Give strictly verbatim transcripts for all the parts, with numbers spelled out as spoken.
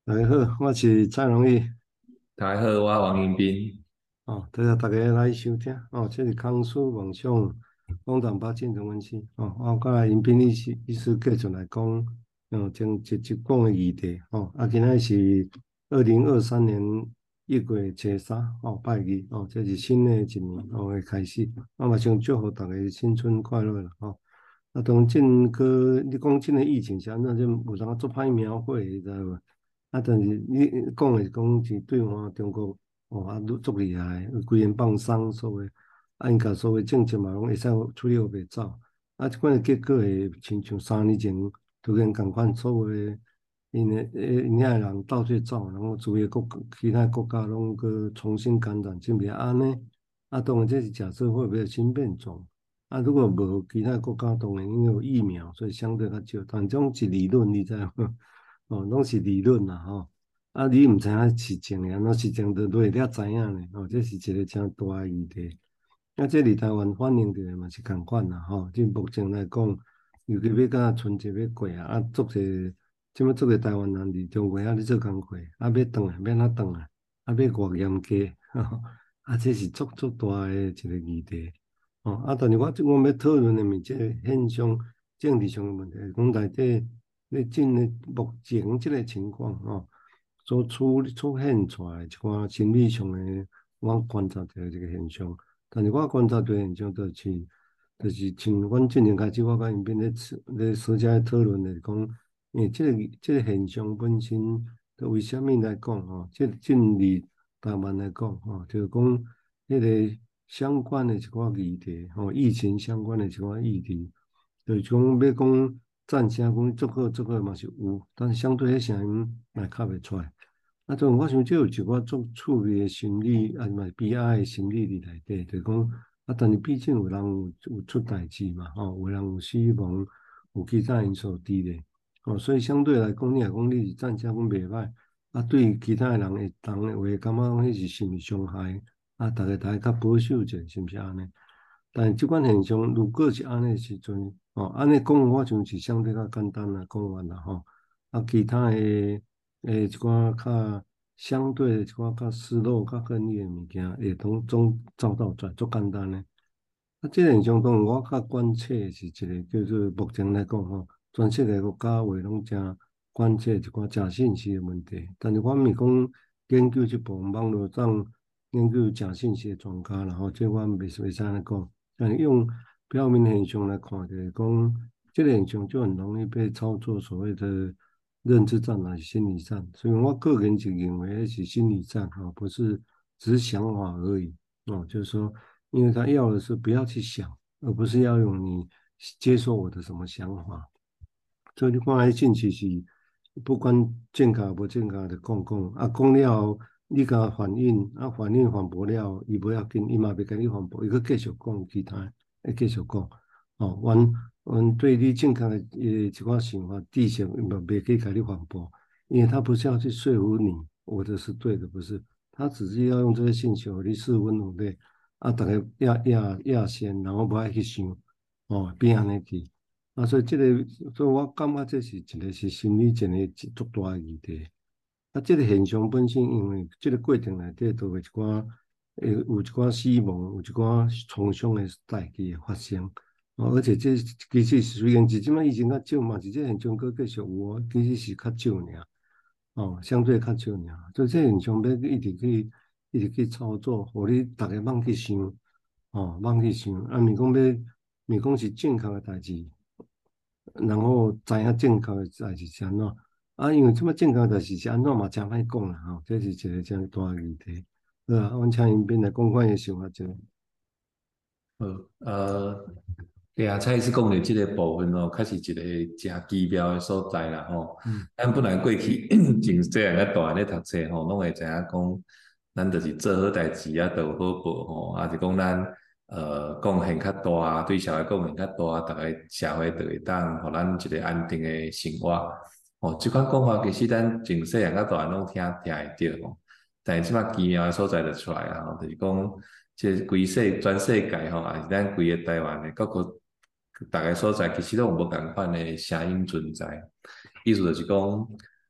大家好，我是蔡荣义。 大家好，我王云斌。 哦，多谢大家来收听。哦，这是康苏梦想广场八进同温区。哦，我甲来迎宾医师医师继续来讲，嗯，前一集讲的议题。哦，啊，今仔是二零二三年一月初三，哦，拜二。哦，这是新的一年哦的开始。我嘛想祝福大家新春快乐啦。哦，啊，当今个你讲这个疫情是安怎，就有当做歹描绘，你知无？啊，但是你讲的是讲是对方中国。哦，啊，愈足厉害，规人放松，所谓啊，因甲所谓政策嘛，拢会使处理互袂走。啊，即款的结果会亲像三年前突然共款，所有的因的诶因遐人倒退走，然后主要国其他国家拢个重新感染，是毋是安尼？啊，当然这是假设会不会有新变种。啊，如果无其他国家当然因为有疫苗，所以相对较少，但种是理论，你知无？哦，拢是理论啦，吼。啊，你毋知影实情诶，安怎实情都袂了知影咧，吼、这是一个真大诶议题。啊，这伫台湾反映着诶嘛是共款啦，吼、即目前来讲，尤其要甲春节要过啊，啊，足侪，即么足侪台湾人伫中国遐咧做工课，啊，要转来，要哪转来，啊，要偌严格，吼、啊，这是足足大诶一个议题。哦，啊，但是我即我要讨论诶物，即个现象政治上诶问题，讲内底咧进诶目前即个情况，吼、所出出现出来一寡心理上的，我观察到这个现象。但是我观察到的现象，就是，就是像阮今年开始，我甲因边咧咧私下讨论的是讲，因为这个这个现象本身，为虾米来讲吼？这进入台湾来讲吼，就是讲迄个相关的一寡议题吼，疫情相关的一寡议题，就是讲要讲赞成讲足个足个嘛是有，但是相对迄声音嘛较袂出来。啊，种我想这有一寡足趣味的心理，啊，嘛悲哀的心理伫内底，就是讲，啊，但是毕竟有人有有出代志嘛，吼、有人有死亡，有其他因素伫咧，哦，所以相对来讲，你若讲你是赞成讲袂歹，啊，对其他的人会人会感觉讲迄是心理伤害，啊，逐个大家较保守者，是毋是安尼？但是即款现象，如果是安尼的时阵，哦，安尼讲我想是相对较简单啦，讲完啦吼。啊，其他的诶一寡较相对的一寡较失落、较恨意的物件，会拢总走到出来，足简单的。啊，即个现象当然我较关切的是一个叫做目前来讲吼，全世界国家话拢诚关切一寡假信息的问题。但是我毋是讲研究即部分网络上研究假信息的专家啦吼，这我袂袂使安尼讲。但是用表面现象来看，就是讲这个现象就很容易被操作所谓的认知战还是心理战。所以我个人就认为是心理战哈，不是只是想法而已哦，就是说。因为他要的是不要去想，而不是要用你接受我的什么想法。所以你看来信息是不管正确无正确的讲讲，啊讲了后你甲反应，啊反应反驳了，伊不要紧，伊嘛袂跟你反驳，伊佮继续讲其他，会继续讲。哦，阮阮对你正确的呃一寡想法、地线，嘛袂去甲你反驳，因为他不是要去说服你，我的是对的，不是，他只是要用这个信息互你四分五裂。啊，逐个压压压线，然后无爱去想，哦，变安尼去。啊，所以这个，所以我感觉这是一个是心理上的足大的议题。啊，这个现象本身，因为这个过程内底都有一寡，诶，有一寡死亡，有一寡创伤的代志的发生。哦，而且这其实虽然是即摆疫情较少嘛，是这现象佫继续有哦，其实是较少尔。哦，相对较少尔，所以这现象要一直去一直去操作，互你逐个茫去想，哦，茫去想，啊，毋是讲要，毋是讲是正确的代志，然后知影正确的代志是安怎，啊，因为即摆正确的代志是安怎嘛，真歹讲啦，吼、这是一个真大的议题，对啊，阮请因边来讲看伊想法者， 好，呃，对啊，蔡医师讲的这个部分哦，确实一个真奇妙的所在啦吼。 嗯咱本来过去真细汉咧大汉咧读册吼，拢会知影讲，咱就是做好代志啊，就有好报吼，啊是讲咱呃贡献较大，对社会贡献较大，逐个社会就会当互咱一个安定的生活。哦，即款讲法其实咱从细汉到大汉拢听听会着吼，但是即摆奇妙的所在就出来啊，吼，就是讲。即规世全世界吼，也是咱规个台湾的各个逐个所在，其实都有无共款的声音存在。意思就是讲，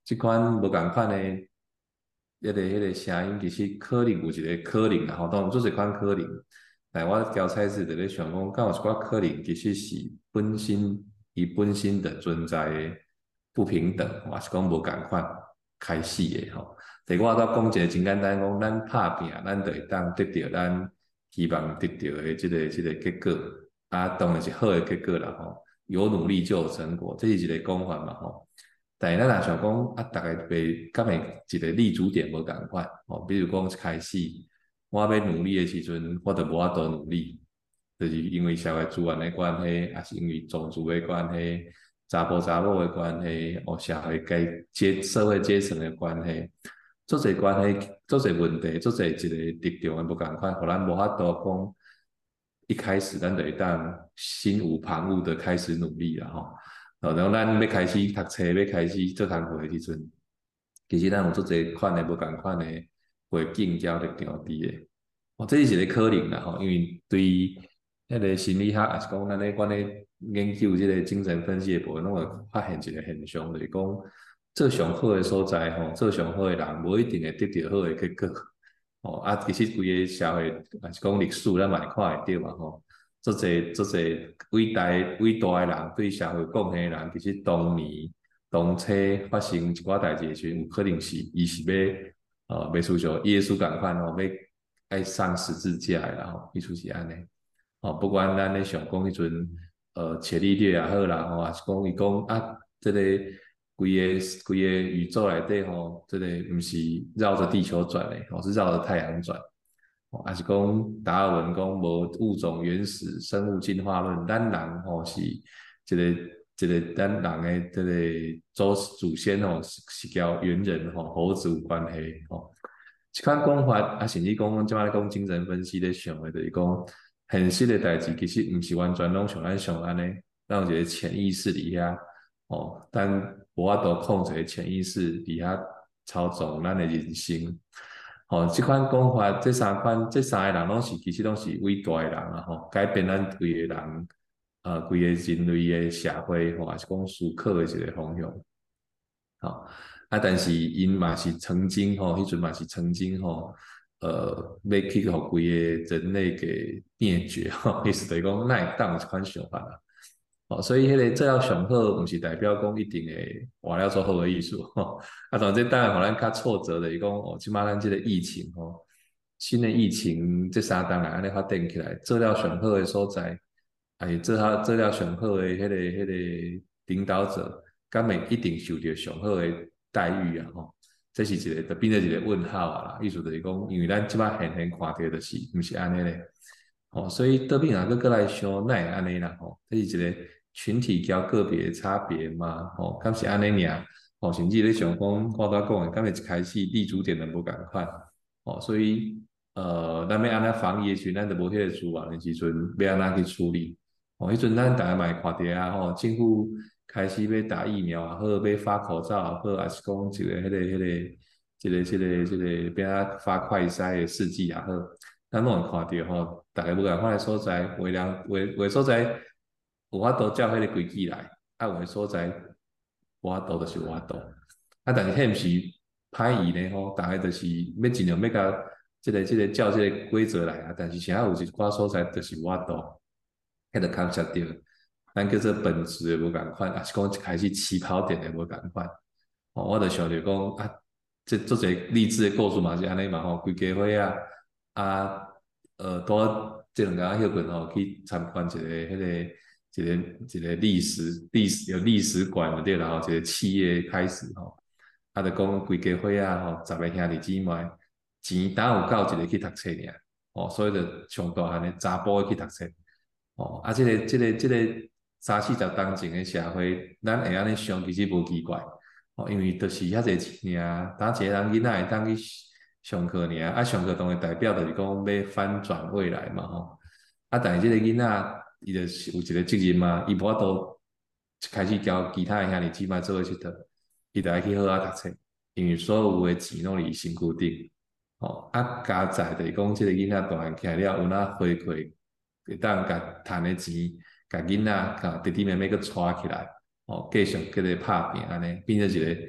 即款无共款的迄个迄个声音，其实可能有一个可能啦，吼，当然做一款可能。但我交差时就咧想讲，敢有一寡可能其实是本身伊本身的存在的不平等，还是讲无共款开始的吼。第我倒讲一个真简单，讲咱拍拼，咱就会当得到咱希望得到的即、个即、个结果，啊，当然是好的结果啦吼。有努力就有成果，这是一个讲法嘛吼。但是咱若想讲啊，逐个袂敢会一个立足点无共款吼。比如讲一开始我要努力的时阵，我就无法度努力，就是因为社会资源的关系，还是因为种族的关系、查甫查某的关系，哦，社会阶阶社会阶层的关系，做侪关系，做侪问题，做侪一个特定的无共款，互咱无法度讲一开始咱就会当心无旁骛的开始努力啦吼。哦，然后咱要开始读册，要开始做工课的时阵，其实咱有做侪款的无共款的环境交流场伫的。哦，这是一个可能啦吼，因为对于迄个心理学，也是讲咱咧管咧研究即个精神分析的部分，拢会发现一个现象，就是讲做上好的所在吼，做上好的人，无一定会得到好的结果。哦，啊，其实规个社会，也是讲历史，咱嘛会看会到嘛吼。做侪做侪伟大伟大的人，对社会贡献的人，其实当年当初发生一寡代志的时阵，有可能是伊是要呃，要需像耶稣共款吼，要爱上十字架的啦吼，意思是安尼。哦，不管咱咧想讲迄阵，呃，伽利略也好啦，吼，也是讲伊讲啊，这个规个规个宇宙内底吼，这个毋是绕着地球转的，吼，是绕着太阳转。哦，还是讲达尔文讲无物种原始生物进化论，咱人吼是一个一个咱人的这个祖祖先吼是是交猿人吼猴子有关系吼。即款讲法啊，甚至讲阮即摆咧讲精神分析咧想的，就是讲现实的代志其实毋是完全拢像咱想安尼，咱有一个潜意识伫遐哦，但无法度控制潜意识伫遐操纵咱的人生。吼、哦，即款讲法，这三款，这三个人拢是其实拢是伟大的人啊！吼，改变咱规个人，呃，规个人类的社会，吼，也是讲思考的一个方向。吼、哦，啊，但是因嘛是曾经吼，迄阵嘛是曾经吼，呃，要去互规个人类给灭绝吼，意思就是讲，那会当有一款想法啦。哦，所以迄个做了上好，毋是代表讲一定会活了做好的意思吼。啊，当然这当然互咱较挫折的，是讲哦，即摆咱即个疫情吼，新的疫情这三当然安尼发展起来，做了上好的所在，哎，做好做了上好的迄个迄个领导者，敢会一定受到上好的待遇啊吼。这是一个，就变做一个问号啊啦。意思就是讲，因为咱即摆现现看到就是，毋是安尼咧。哦，所以倒边啊，个个来想，那会安尼啦吼，这是一个群体交个别的差别嘛，吼，敢是安尼尔，吼，甚至咧想讲，我拄讲的，敢会一开始立足点都无共款，哦，所以呃，咱要安怎防疫的时阵，咱就无迄个资源的时阵，要安怎去处理？哦，迄阵咱逐个嘛会看到啊，吼，政府开始要打疫苗也好，要发口罩也好，还是讲一个迄个迄个，一个一个一个要安发快筛的试剂也好。咱拢会看到吼，逐个无共款诶所在，有诶人有诶有诶所在有法度照迄个规矩来，啊有诶所在无法度就是无法度。啊，但是迄毋是歹意咧吼，逐个就是要尽量要甲即个即个照即个规则来啊，但是啥有一寡所在就是无法度，迄个感觉到，咱叫做本质诶无共款，啊是讲一开始起跑点诶无共款。哦，我就想着讲啊，即做者励志诶故事嘛是安尼嘛吼，规家伙啊。啊，呃，多这两个休困吼，去参观一个迄、那个一个一个历史历史有历史馆的对啦吼，一个企业开始吼，啊，就讲规家伙啊吼，十个兄弟姊妹，钱哪有够一个去读册尔，哦，所以就上大汉的查甫去读册，哦，啊，这个这个这个三四十当前的社会，咱会安尼想其实无奇怪，哦，因为就是遐侪钱尔，当一个人囡仔会当去。上课尔，啊上课当然代表就是讲要翻转未来嘛吼，啊但是即个囡仔伊就是有一个责任嘛，伊无法度开始交其他的兄弟姊妹做伙佚佗，伊就爱去好好读册，因为所有的钱拢伫伊身躯顶，吼啊加在就是讲即个囡仔大汉起来了，有哪回馈会当甲赚的钱，甲囡仔甲弟弟妹妹去带起来，吼继续搁咧拍拼安尼，变做一个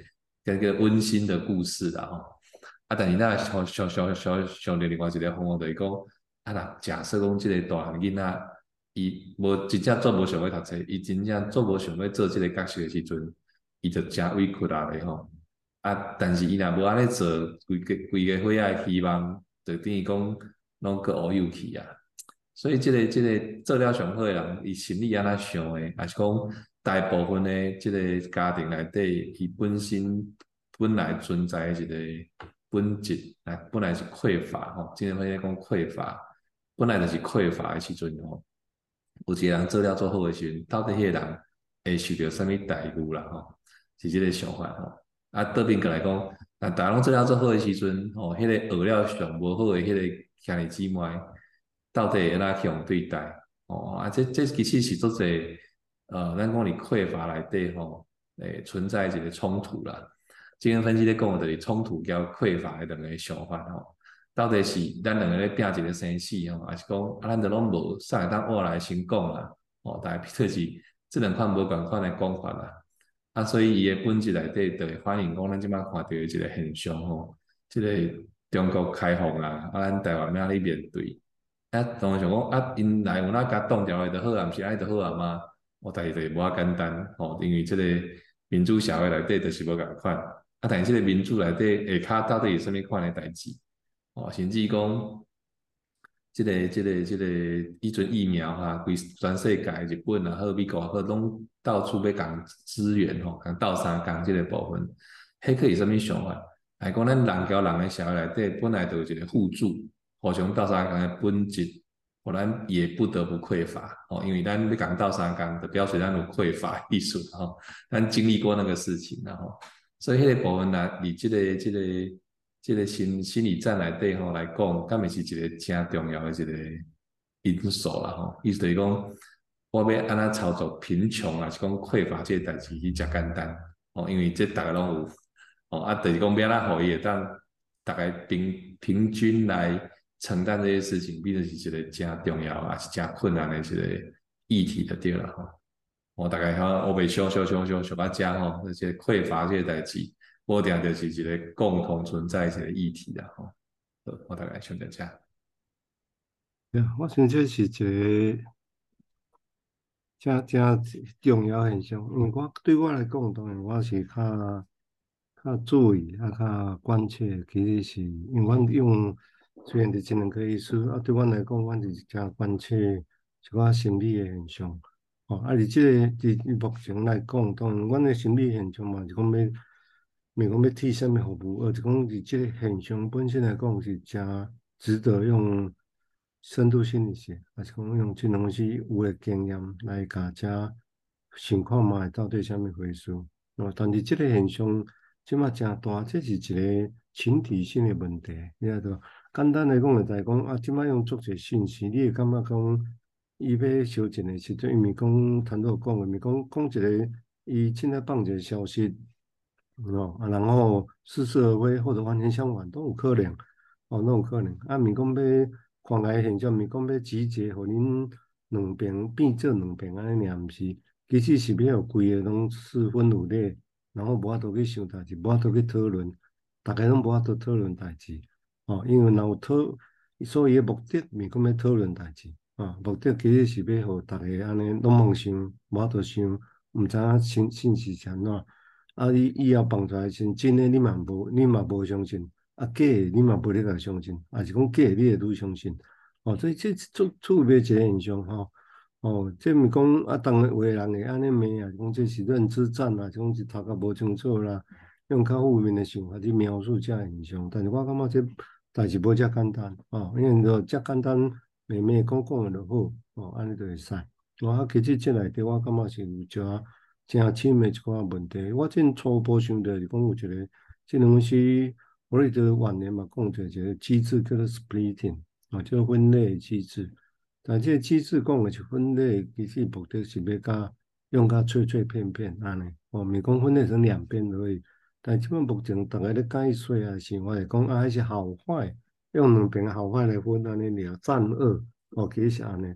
跟个温馨的故事啦吼。啊，但是那小小小小小的另外一个方法就是讲，啊啦，假设讲这个大汉囡仔，伊无真正做无想要读册，伊真正做无想要做这个角色的时阵，伊就真委屈啊咧吼。啊，但是伊若无安尼做，规个规个伙仔希望就等于讲拢个乌有去啊。所以即、个即、个做了上好的人，伊心里安怎想的，也是讲大部分的即个家庭内底，伊本身本来存在的一个本质，来本来是匮乏吼，今日会讲匮乏，本来就是匮乏的时阵吼，有一个人做了做好的时阵，到底迄个人会受到什么待遇啦吼，是即个想法吼。啊，倒边过来讲，那大家拢做了做好的时阵，吼，迄、个学了上无好的迄个兄弟姊妹。到底会安怎向对待？哦，啊，这这其实是做者，呃，咱讲你匮乏内底吼，诶，存在一个冲突啦。精神分析咧讲的就是冲突交匮乏的两个想法吼。到底是咱两个咧拼一个生死吼，还是讲啊，咱都拢无啥会当活来先讲啦？哦，大概就是这两款无共款的讲法啦。啊，所以伊的本质内底就会反映讲咱即摆看到的一个现象吼，即、个中国开放啊，啊，咱台湾要安尼面对？啊，当然想讲啊，因内有哪甲挡掉的就好啊，毋是安尼就好啊嘛。我代志就是无遐简单吼，因为即个民主社会内底就是无共款。啊，但是即个民主内底下骹到底有啥物款的代志？哦，甚至讲即、个、即、个、即、个以前疫苗哈，规全世界日本啊，好美国啊，好拢到处要共支援吼，共斗相共即个部分，迄个有啥物想法？来讲咱人交人的社会内底本来就有一个互助。互相斗相共的本质，互咱也不得不匮乏哦，因为咱要讲斗相共，就表示咱有匮乏意识吼，咱经历过那个事情然后，所以迄个部分呢，以这个这个这个心心理战内底吼来讲，敢会是一个真重要的一个因素啦吼，意思就是讲，我要安怎操作贫穷啊，是讲匮乏这个代志是真简单哦，因为这大家拢有哦，啊，就是讲要安怎互伊会当大概平平均来。承担这些事情，变成是一个真重要啊，是真困难的一个议题就对了吼。我大概哈，我袂想想想想想到遮吼，这些匮乏这些代志，无定就是一个共同存在一个议题啦吼。我大概想到遮。 对啊，我想这是一个真真重要现象，因为我对我来讲，当然我是较较注意啊，较关切，其实是因为阮用虽然是真两个意思，啊，对阮来讲，阮就是真关切一寡心理的现象。哦，啊，而即个伫目前来讲，当然，阮的心理现象嘛，是讲要，毋是讲要替什么服务，而是讲伫即个现象本身来讲，是真值得用深度心理学，还是讲用即两是有诶经验来甲遮想看卖到底啥物回事。哦，但是即个现象即马真大，这是一个群体性的问题，你知道？简单来讲，就在讲啊，即马用作者信息，你会感觉讲？伊要收钱的时阵，伊咪讲谈到讲的，咪讲讲一个，伊凊彩放一个消息，哦，啊，然后似是而非或者完全相反都有可能，哦，都有可能。啊，咪讲要看来现象，咪讲要集结，互恁两边变做两边安尼尔，毋是，其实是要互规个拢四分五裂，然后无法度去想代志，无法度去讨论，大家拢无法度讨论代志，哦，因为若有讨，所以个目的咪讲要讨论代志。啊，目的其实是要互逐个安尼拢妄想，无法度想，毋知影信信息是安怎。啊，你以后放出来是真诶，你嘛无，你嘛无相信；啊，假诶，你嘛无咧甲相信，还是讲假诶，你会愈相信。哦，所以这出趣味一个现象吼。哦，这毋是讲啊，当然有诶人会安尼骂啊，讲这是认知战啊，讲是读甲无清楚啦，用较负面诶想法去描述遮现象。但是我感觉这代志无遮简单哦，因为若遮简单。慢慢讲讲的就好，哦，安尼就会使。我啊，其实这内底我感觉是有一寡真深的一寡问题。我正初步想到是讲有一个，这两个是弗洛伊德晚年嘛讲者一个机制叫做 splitting，啊，叫分类的机制。但这个机制讲的是分类，其实目的是要甲用甲碎碎片片安尼，哦，毋是讲分类成两边而已。但即摆目前大家咧解说啊，想法是讲啊，还是好坏。用两边好坏来分安尼了，善恶哦，其实是安尼。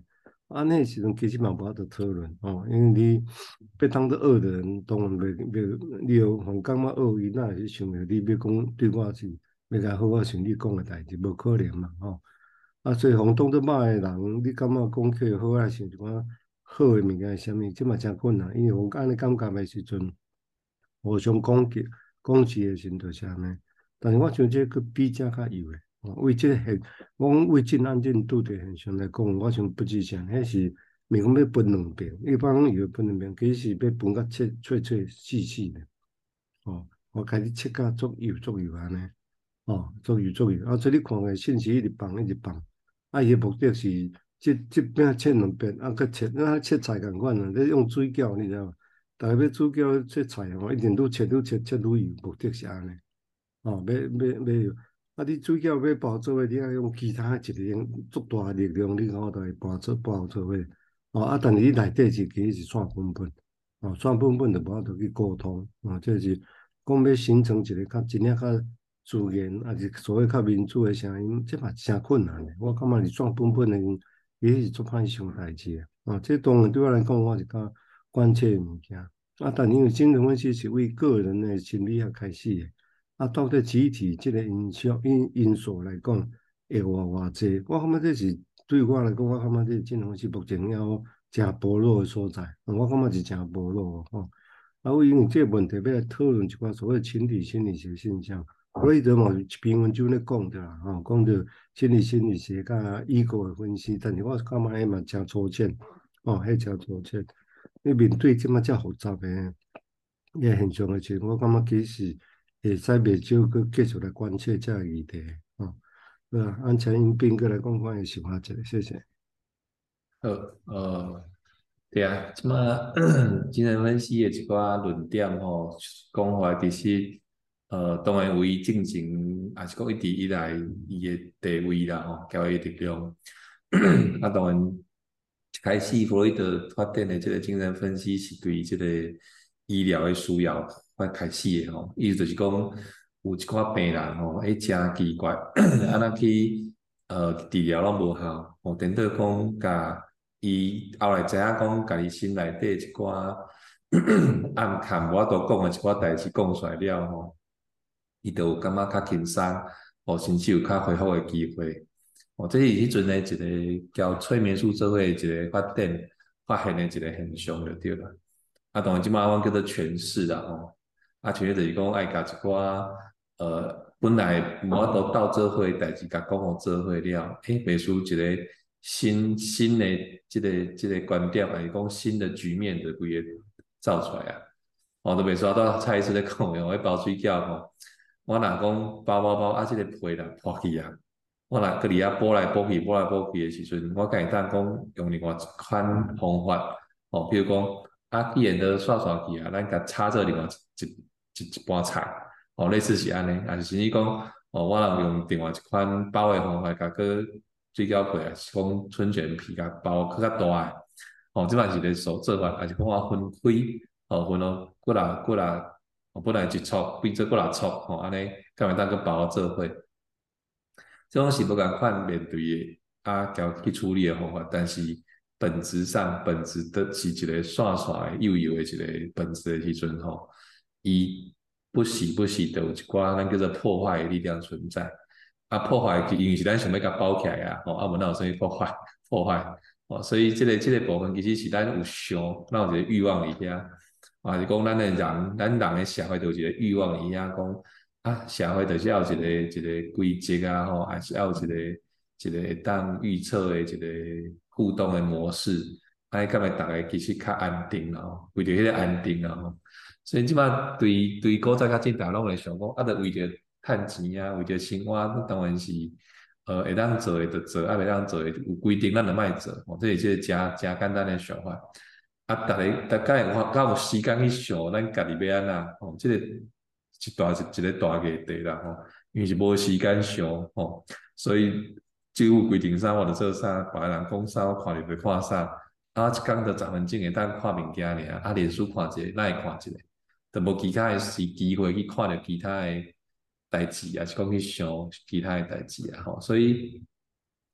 啊，那时阵其实嘛无法度讨论哦，因为你被当作恶的人，当然袂袂，你有互感觉恶意，那是想着你要讲对我是要甲好，我想你讲的代志，无可能嘛吼。啊，所以互当作歹的人，你感觉讲起好啊，想一寡好的物件，啥物，即嘛真困难，因为互安尼感觉的时阵。互相攻击、攻击的时阵就是安尼。但是我想这个比较较有诶，哦为这个现，我讲为这案件拄着现象来讲，我想不只上，迄是咪讲要分两边，一般讲有分两边，其实是要分甲切切切细细的。哦，我开始切甲足油足油安尼。哦，足油足油，啊，所以你看诶信息一直放一直放，啊，伊诶目的是即即边切两边，啊，佮切啊切菜共款啊，你用水饺你知道无？逐个要煮饺切菜吼，一定愈切愈切切愈油，目的是安尼。哦，要要要有，啊，你水饺要包做伙，你爱用其他一个用足大的力量，你看都会包做包做伙。哦，啊，但是你内底是其实是散粉粉，哦，散粉粉就无法度去沟通，哦，这是讲要形成一个较真正较自然，还是所谓较民主的声音，这嘛真困难的。我感觉是散粉粉的，其实是做歹想代志的。哦，这当然对我来讲，我是较关切的物件。啊，但因为精神分析是为个人的心理学开始的。啊，到底集体这个因素因因素来讲，会有偌济？我感觉这是对我来讲，我感觉这真正是目前了真薄弱的所在。我感觉是真薄弱吼。啊，我因为这个问题要来讨论一寡所谓群体心理学现象。我一直嘛是篇文章咧讲着啦，吼，讲着心理心理学甲 ego 的分析，但是我感觉迄嘛真粗浅，哦，迄真粗浅。你面对即么遮复杂的个现象的时候，我感觉其实会使袂少去继续来关切这个议题，哦，对啊，按陈英斌过来讲看伊想法一下，谢谢。 好，呃，对啊，即马精神分析的一寡论点吼，讲法其实，呃，当然为进行，也是讲一直以来伊的地位啦，吼，交易力量。啊，当然，一开始弗洛伊德发展的这个精神分析是对这个医疗的需要发开始的吼，意思就是讲有一寡病人吼，诶，真奇怪，安那去呃治疗拢无效，吼，等到讲甲伊后来知影讲，家己心内底一寡暗藏无法度讲的一寡代志讲出来了吼，伊就有感觉较轻松，吼，甚至有较恢复的机会。哦，这是迄阵的一个叫催眠术社会一个发展发现的一个现象就对了。啊，当然即马阮叫做诠释啦吼，啊，诠释就是讲爱甲一寡呃本来无法度斗做伙的代志，甲讲互做伙了，诶，袂输一个新新的即、个即、个观点，还是讲新的局面就规个造出来啊。哦，都袂说到蔡医师咧讲的，迄包水饺吼，我若讲包包包啊，即、个皮啦破去啊。我若搁伫遐补来补去、补来补去的时阵，我甲伊当讲用另外一款方法，哦，比如讲啊，既然都煞煞去啊，咱甲插做另外一一一一盘菜，哦，类似是安尼，啊，是甚至讲，哦，我若用另外一款包的方法，甲个水饺皮啊，是讲春卷皮甲包搁较大的，哦，即嘛是个手做法，还是讲我分开，哦，分哦，过来过来，哦，本来一撮变做过来撮，哦，安尼，敢会当个包做伙。这种是不共款面对的啊，交去处理的方法，但是本质上本质的是一个线线的幼幼的一个本质的时阵吼，伊不时不时都有一寡咱叫做破坏的力量存在。啊，破坏因为是咱想要甲包起来啊，吼，啊无哪有啥物破坏破坏，哦，所以这个这个部分其实是咱有想，咱有一个欲望伫遐，啊是讲咱的人，咱人的社会就有一个欲望伫遐讲。啊，社会就是要有一个一个规则啊，吼，还是要有一个一个会当预测的一个互动的模式，安尼敢会大家其实较安定啦，吼，为着迄个安定啦，吼，所以即摆对对古早较进大拢会想讲，啊，着为着趁钱啊，为着生活，当然是呃会当做的就做，啊袂当做的有规定，咱就莫做，吼，这是一个真真简单的想法。啊，逐个逐个有敢有时间去想，咱家己要安怎，吼，即个一大一一个大议题啦，吼，因为是无时间想，吼，所以政府规定啥我就做啥，别人讲啥我看就看啥，啊，一工就十分钟会当看物件尔，啊，连续看一个，咱会看一个，就无其他的时机会去看着其他的代志，啊，是讲去想其他的代志啊，吼，所以。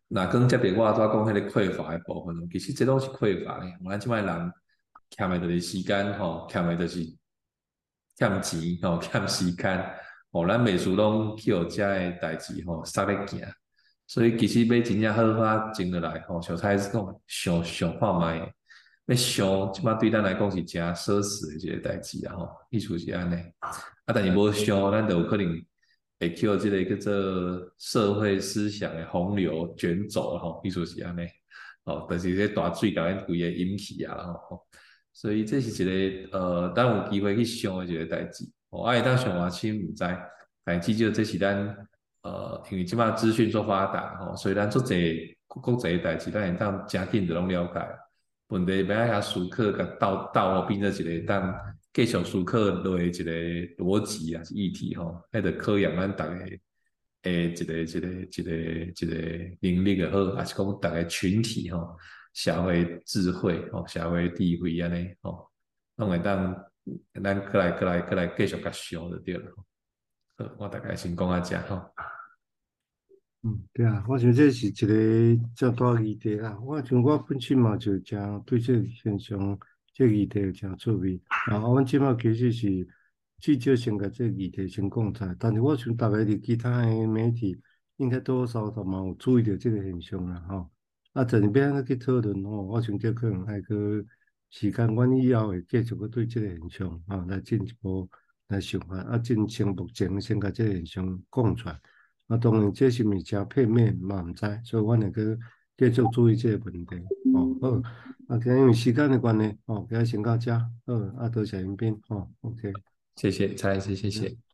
那讲接着我拄仔讲迄个匮乏的部分，其实这拢是匮乏的。咱即摆人欠的就是时间吼，欠的就是欠钱吼，欠时间，吼，咱袂输拢去互遮的代志吼，杀咧行。所以其实要真正好好静落来吼，像菜讲想想看觅，要想即摆对咱来讲是诚奢侈的一个代志啊吼，意思是安尼。啊，但是无想，咱就有可能会去互即个叫做社会思想的洪流卷走吼，意思是安尼。哦，但是这大水甲咱规个引起啊吼。所以这是一个呃，咱有机会去想的一个代志。哦，啊，会当上偌深毋知，但至少这是咱呃，因为即摆资讯做发达吼，所以咱做侪国际的代志，咱会当诚紧就拢了解。问题要遐思考，甲倒倒变做一个当继续思考落的一个逻辑啊，是议题吼，迄着考验咱逐个诶一个一个一个一个能力也好，还是讲逐个群体吼。社会智慧吼，社会智慧安尼吼，拢会当咱过来过来过来继续甲想就对了。好，我大概先讲到这吼。 嗯，对啊，我想这是一个较大议题啦。我像我本身嘛就诚对这个现象，这个议题有诚趣味。然后阮即马其实是至少先甲这个议题先讲出来，但是我想大家伫其他的媒体应该多多少少嘛有注意到这个现象啦，吼。啊，但是要安怎去讨论吼，我想这可能爱去时间，阮以后会继续去对这个现象吼来进一步来想法。啊，进先目前先甲这个现象讲出来。啊，当然这是毋是诚片面嘛，毋知，所以阮会去继续注意这个问题。哦，好，啊，今日因为时间的关系，哦，今日先到这，好，啊，多谢迎宾，哦，OK。 谢谢蔡，谢谢谢。